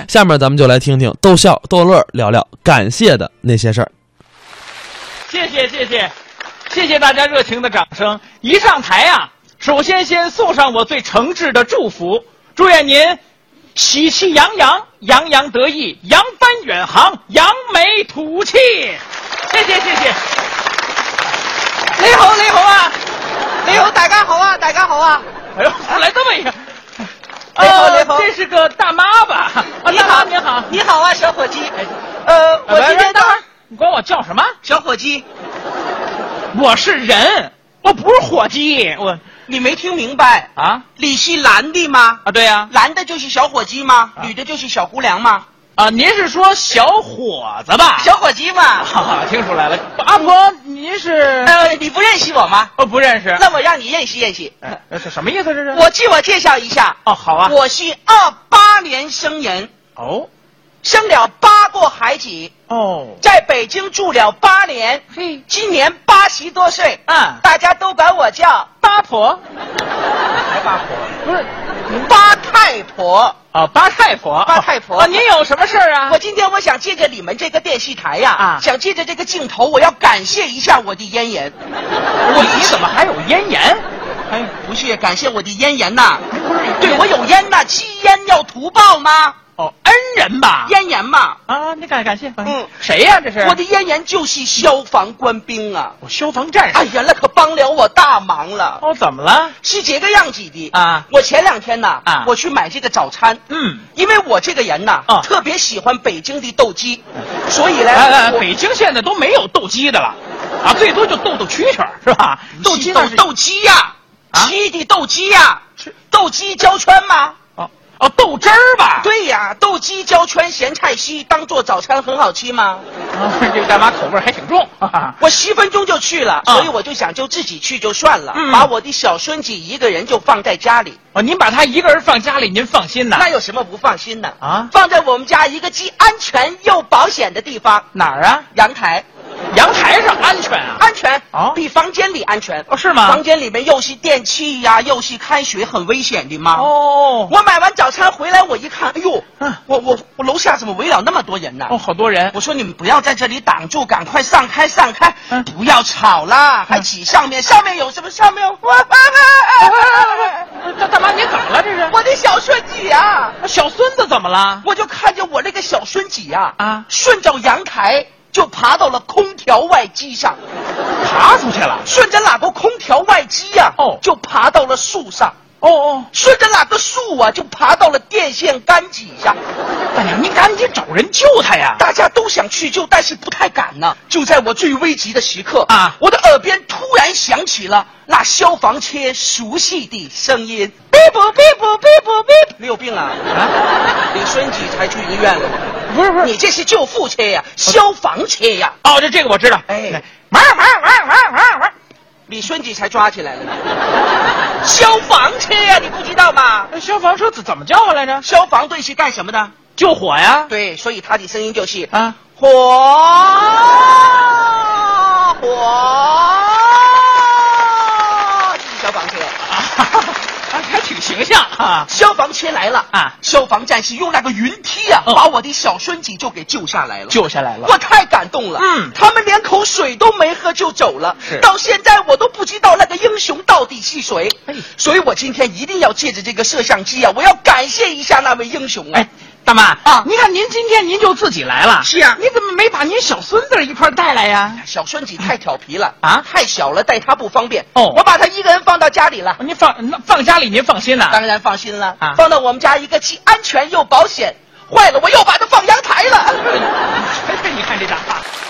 下面咱们就来听听逗笑逗乐聊聊感谢的那些事儿。 谢谢大家热情的掌声。一上台啊，首先送上我最诚挚的祝福，祝愿您喜气洋洋，洋洋得意，扬帆远航，扬眉吐气。谢谢。 你好啊，你好，大家好啊。 哎呦，来这么一个。 你好， 这是个大妈吧？ 你好，你好啊，小伙计。我今天等会儿，你管我叫什么？ 小伙计。 我是人，我不是伙计。 你没听明白啊？ 李是男的吗？ 啊，对呀。 男的就是小伙计吗？女的就是小姑娘吗？ 啊，您是说小伙子吧？ 小伙计嘛。 听出来了。阿婆，您是？ 你不认识我吗？ 不认识。 那我让你认识。 是什么意思？这是？ 我自我介绍一下。 哦，好啊。 我是28年生人。 哦。 生了8个孩子。 哦。 在北京住了8年。 嘿。 今年80多岁。大家都管我叫八婆。 还八婆？ 不是。 八太婆。 八太婆。您有什么事儿啊？ 今天我想借着你们这个电视台呀，想借着这个镜头，我要感谢一下我的咽炎。 你怎么还有咽炎？ 不是感谢我的咽炎呐，对我有烟呐，吸烟要图报吗？ 恩人吧， 咽炎嘛。 你感谢。谁呀？这是我的咽炎就是消防官兵啊， 消防战士。 哎呀，那可帮了我大忙了。 怎么了？ 是这个样子的啊， 我前2天呢，我去买这个早餐。因为我这个人呢，特别喜欢北京的斗鸡，所以呢， 北京现在都没有斗鸡的了，最多就斗蛐蛐是吧？ 斗鸡呀，吃的斗鸡呀，斗鸡焦圈吗？ 豆汁儿吧？ 对呀，斗鸡焦圈咸菜丝当做早餐很好吃吗？ 这个大妈口味还挺重。 我10分钟就去了，所以我就想就自己去就算了，把我的小孙子一个人就放在家里。 您把他一个人放家里，您放心呐？ 那有什么不放心的啊？放在我们家一个既安全又保险的地方。 哪儿啊？ 阳台。 阳台上安全啊？ 安全比房间里安全。 是吗？ 房间里面又是电器呀，又是开水，很危险的吗？ 我买完早餐回来，我一看，哎呦，我楼下怎么围了那么多人呢？ 好多人。 我说你们不要在这里挡住，赶快散开，不要吵啦，还挤上面有什么？上面有大妈，你怎么了？这是我的小孙子呀！ 小孙子怎么了？ 我就看见我那个小孙子呀，顺着阳台就爬到了空调外机上， 爬出去了。 顺着哪个空调外机呀？就爬到了树上。顺着哪个树啊，就爬到了电线杆底下。 哎呀，你赶紧找人救他呀！ 大家都想去救，但是不太敢呢。就在我最危急的时刻我的耳边突然响起了那消防车熟悉的声音：哔啵哔啵哔啵哔。你有病啊？你孙子才去医院了？ 不是， 你这是救护车呀，消防车呀。 这个我知道。 你孙子才抓起来了呢。消防车呀，你不知道吗？ 消防车怎么叫来着？ 消防队是干什么的？ 救火呀。 对，所以他的声音就是火。 消防车还挺形象啊！ 消防车来了消防战士用那个云梯把我的小孙子就给救下来了。我太感动了。他们连口水都没喝就走了。到现在我都不知道那个英雄到底是谁。所以我今天一定要借着这个摄像机我要感谢一下那位英雄。 大妈你看您今天您就自己来了。 是啊， 你怎么没把您小孙子一块带来呀？ 小孙子太调皮了太小了，带他不方便。我把他一个人放到家里了。 您放家里您放心呐？ 当然放心了放到我们家一个既安全又保险。坏了，我又把他放阳台了。 你看这张